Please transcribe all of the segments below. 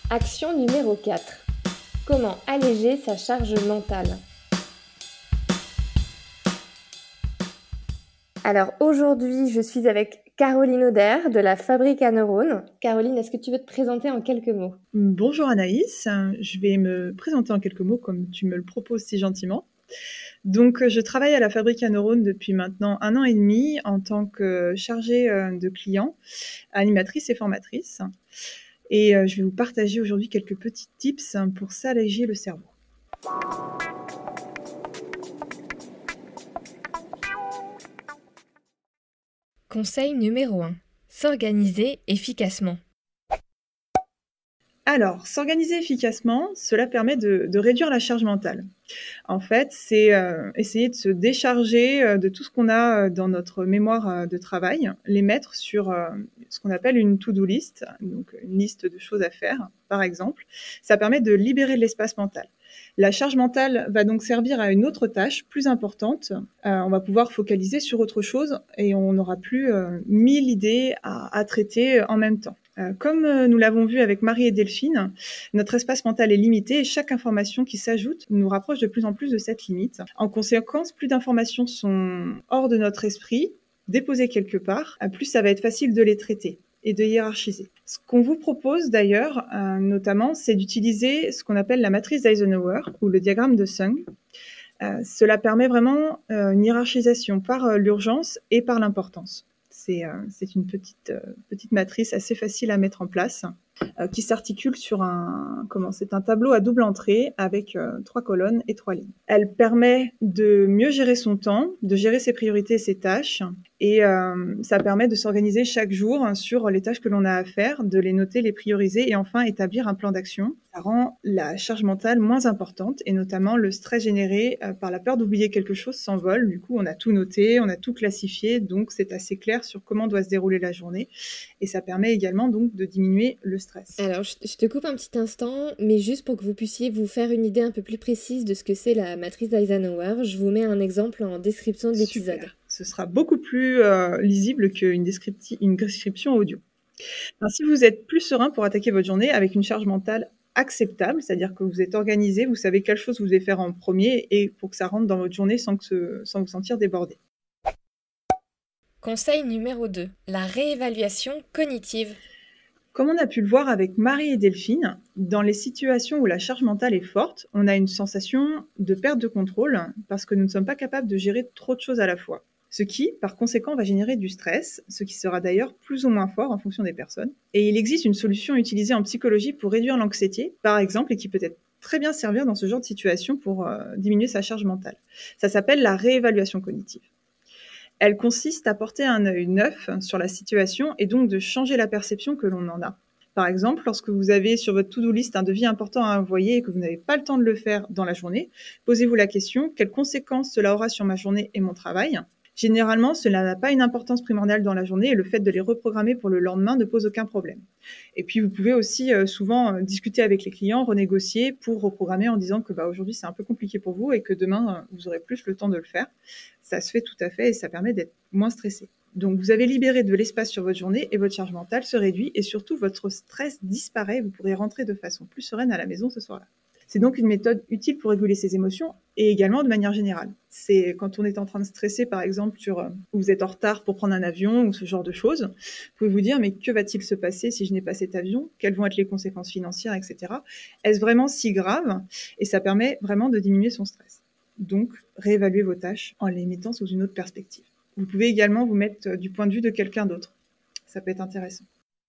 Action numéro 4. Comment alléger sa charge mentale? Alors aujourd'hui, je suis avec Caroline Auder de la Fabrique à Neurones. Caroline, est-ce que tu veux te présenter en quelques mots? Bonjour Anaïs, je vais me présenter en quelques mots comme tu me le proposes si gentiment. Donc je travaille à la Fabrique à Neurones depuis maintenant 1 an et demi en tant que chargée de clients, animatrice et formatrice. Et je vais vous partager aujourd'hui quelques petits tips pour s'alléger le cerveau. Conseil numéro 1. S'organiser efficacement. Alors, s'organiser efficacement, cela permet de réduire la charge mentale. En fait, c'est essayer de se décharger de tout ce qu'on a dans notre mémoire de travail, les mettre sur ce qu'on appelle une to-do list, donc une liste de choses à faire, par exemple. Ça permet de libérer de l'espace mental. La charge mentale va donc servir à une autre tâche plus importante. On va pouvoir focaliser sur autre chose et on n'aura plus 1000 idées à traiter en même temps. Comme nous l'avons vu avec Marie et Delphine, notre espace mental est limité et chaque information qui s'ajoute nous rapproche de plus en plus de cette limite. En conséquence, plus d'informations sont hors de notre esprit, déposées quelque part, plus ça va être facile de les traiter et de hiérarchiser. Ce qu'on vous propose d'ailleurs, notamment, c'est d'utiliser ce qu'on appelle la matrice d'Eisenhower ou le diagramme de Sung. Cela permet vraiment une hiérarchisation par l'urgence et par l'importance. C'est une petite matrice assez facile à mettre en place qui s'articule sur c'est un tableau à double entrée avec 3 colonnes et 3 lignes. Elle permet de mieux gérer son temps, de gérer ses priorités et ses tâches et ça permet de s'organiser chaque jour sur les tâches que l'on a à faire, de les noter, les prioriser et enfin établir un plan d'action. Ça rend la charge mentale moins importante et notamment le stress généré par la peur d'oublier quelque chose s'envole. Du coup, on a tout noté, on a tout classifié, donc c'est assez clair sur comment doit se dérouler la journée et ça permet également donc de diminuer le stress. Alors, je te coupe un petit instant, mais juste pour que vous puissiez vous faire une idée un peu plus précise de ce que c'est la matrice d'Eisenhower, je vous mets un exemple en description de l'épisode. Super. Ce sera beaucoup plus lisible qu'une description audio. Alors, si vous êtes plus serein pour attaquer votre journée avec une charge mentale acceptable, c'est-à-dire que vous êtes organisé, vous savez quelle chose vous devez faire en premier et pour que ça rentre dans votre journée sans vous sentir débordé. Conseil numéro 2. La réévaluation cognitive. Comme on a pu le voir avec Marie et Delphine, dans les situations où la charge mentale est forte, on a une sensation de perte de contrôle parce que nous ne sommes pas capables de gérer trop de choses à la fois. Ce qui, par conséquent, va générer du stress, ce qui sera d'ailleurs plus ou moins fort en fonction des personnes. Et il existe une solution utilisée en psychologie pour réduire l'anxiété, par exemple, et qui peut être très bien servir dans ce genre de situation pour diminuer sa charge mentale. Ça s'appelle la réévaluation cognitive. Elle consiste à porter un œil neuf sur la situation et donc de changer la perception que l'on en a. Par exemple, lorsque vous avez sur votre to-do list un devis important à envoyer et que vous n'avez pas le temps de le faire dans la journée, posez-vous la question, quelles conséquences cela aura sur ma journée et mon travail ? Généralement, cela n'a pas une importance primordiale dans la journée et le fait de les reprogrammer pour le lendemain ne pose aucun problème. Et puis, vous pouvez aussi souvent discuter avec les clients, renégocier pour reprogrammer en disant que aujourd'hui, c'est un peu compliqué pour vous et que demain, vous aurez plus le temps de le faire. Ça se fait tout à fait et ça permet d'être moins stressé. Donc, vous avez libéré de l'espace sur votre journée et votre charge mentale se réduit et surtout, votre stress disparaît. Vous pourrez rentrer de façon plus sereine à la maison ce soir-là. C'est donc une méthode utile pour réguler ses émotions et également de manière générale. C'est quand on est en train de stresser, par exemple, vous êtes en retard pour prendre un avion ou ce genre de choses, vous pouvez vous dire, mais que va-t-il se passer si je n'ai pas cet avion ? Quelles vont être les conséquences financières, etc. Est-ce vraiment si grave ? Et ça permet vraiment de diminuer son stress. Donc, réévaluer vos tâches en les mettant sous une autre perspective. Vous pouvez également vous mettre du point de vue de quelqu'un d'autre. Ça peut être intéressant.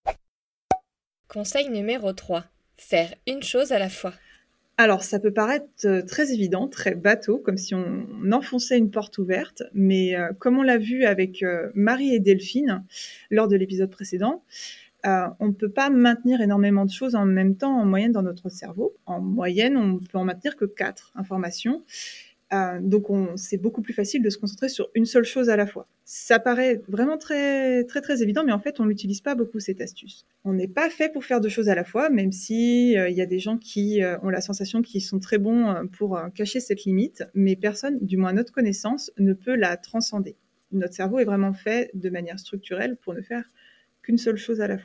Conseil numéro 3. Faire une chose à la fois. Alors, ça peut paraître très évident, très bateau, comme si on enfonçait une porte ouverte, mais comme on l'a vu avec Marie et Delphine lors de l'épisode précédent, on ne peut pas maintenir énormément de choses en même temps en moyenne dans notre cerveau. En moyenne, on ne peut en maintenir que 4 informations. Donc, c'est beaucoup plus facile de se concentrer sur une seule chose à la fois. Ça paraît vraiment très, très, très évident, mais en fait, on n'utilise pas beaucoup cette astuce. On n'est pas fait pour faire 2 choses à la fois, même si il y a des gens qui ont la sensation qu'ils sont très bons pour cacher cette limite, mais personne, du moins à notre connaissance, ne peut la transcender. Notre cerveau est vraiment fait de manière structurelle pour ne faire qu'une seule chose à la fois.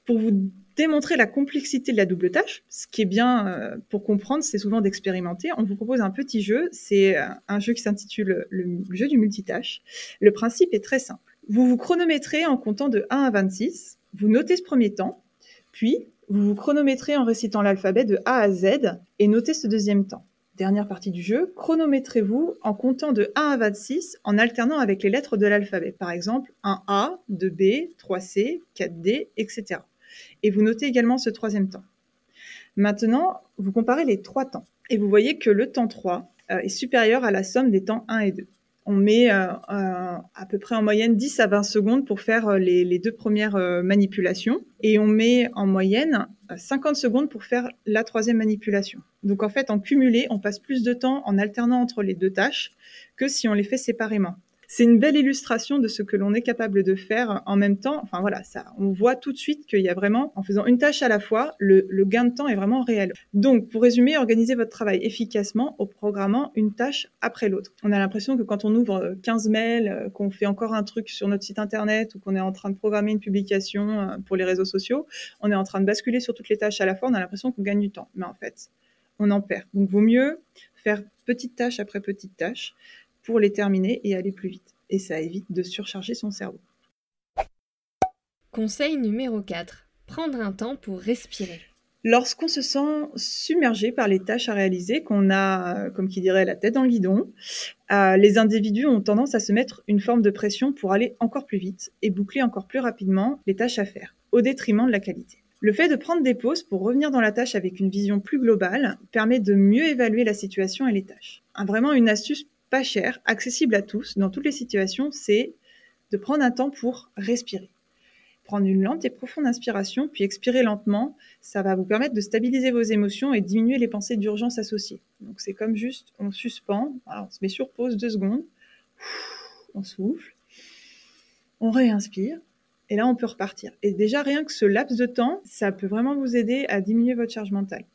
Pour vous démontrer la complexité de la double tâche, ce qui est bien pour comprendre, c'est souvent d'expérimenter. On vous propose un petit jeu, c'est un jeu qui s'intitule le jeu du multitâche. Le principe est très simple. Vous vous chronométrez en comptant de 1 à 26, vous notez ce premier temps, puis vous vous chronométrez en récitant l'alphabet de A à Z et notez ce deuxième temps. Dernière partie du jeu, chronométrez-vous en comptant de 1 à 26 en alternant avec les lettres de l'alphabet. Par exemple, 1A, 2B, 3C, 4D, etc. Et vous notez également ce troisième temps. Maintenant, vous comparez les trois temps et vous voyez que le temps 3 est supérieur à la somme des temps 1 et 2. On met à peu près en moyenne 10 à 20 secondes pour faire les deux premières manipulations et on met en moyenne 50 secondes pour faire la troisième manipulation. Donc en fait, en cumulé, on passe plus de temps en alternant entre les deux tâches que si on les fait séparément. C'est une belle illustration de ce que l'on est capable de faire en même temps. Enfin voilà, ça, on voit tout de suite qu'il y a vraiment, en faisant une tâche à la fois, le gain de temps est vraiment réel. Donc, pour résumer, organisez votre travail efficacement en programmant une tâche après l'autre. On a l'impression que quand on ouvre 15 mails, qu'on fait encore un truc sur notre site internet ou qu'on est en train de programmer une publication pour les réseaux sociaux, on est en train de basculer sur toutes les tâches à la fois, on a l'impression qu'on gagne du temps. Mais en fait, on en perd. Donc, vaut mieux faire petite tâche après petite tâche pour les terminer et aller plus vite. Et ça évite de surcharger son cerveau. Conseil numéro 4. Prendre un temps pour respirer. Lorsqu'on se sent submergé par les tâches à réaliser, qu'on a, comme qui dirait, la tête dans le guidon, les individus ont tendance à se mettre une forme de pression pour aller encore plus vite et boucler encore plus rapidement les tâches à faire, au détriment de la qualité. Le fait de prendre des pauses pour revenir dans la tâche avec une vision plus globale permet de mieux évaluer la situation et les tâches. Vraiment une astuce pas chère, accessible à tous, dans toutes les situations, c'est de prendre un temps pour respirer. Prendre une lente et profonde inspiration, puis expirer lentement, ça va vous permettre de stabiliser vos émotions et diminuer les pensées d'urgence associées. Donc c'est comme juste, on suspend, alors on se met sur pause 2 secondes, on souffle, on réinspire, et là on peut repartir. Et déjà rien que ce laps de temps, ça peut vraiment vous aider à diminuer votre charge mentale.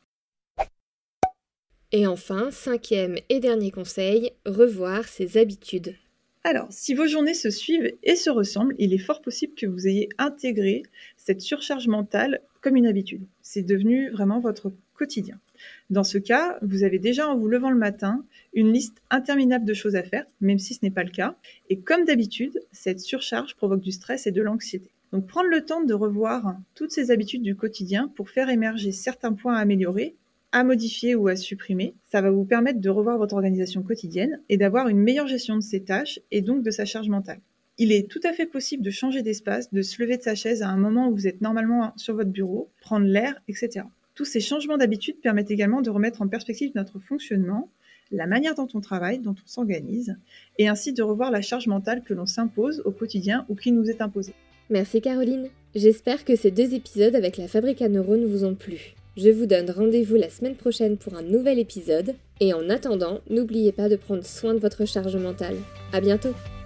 Et enfin, 5e et dernier conseil, revoir ses habitudes. Alors, si vos journées se suivent et se ressemblent, il est fort possible que vous ayez intégré cette surcharge mentale comme une habitude. C'est devenu vraiment votre quotidien. Dans ce cas, vous avez déjà en vous levant le matin une liste interminable de choses à faire, même si ce n'est pas le cas. Et comme d'habitude, cette surcharge provoque du stress et de l'anxiété. Donc prendre le temps de revoir toutes ces habitudes du quotidien pour faire émerger certains points à améliorer, à modifier ou à supprimer, ça va vous permettre de revoir votre organisation quotidienne et d'avoir une meilleure gestion de ses tâches et donc de sa charge mentale. Il est tout à fait possible de changer d'espace, de se lever de sa chaise à un moment où vous êtes normalement sur votre bureau, prendre l'air, etc. Tous ces changements d'habitude permettent également de remettre en perspective notre fonctionnement, la manière dont on travaille, dont on s'organise, et ainsi de revoir la charge mentale que l'on s'impose au quotidien ou qui nous est imposée. Merci Caroline. J'espère que ces 2 épisodes avec la Fabrique à neurones vous ont plu. Je vous donne rendez-vous la semaine prochaine pour un nouvel épisode. Et en attendant, n'oubliez pas de prendre soin de votre charge mentale. À bientôt!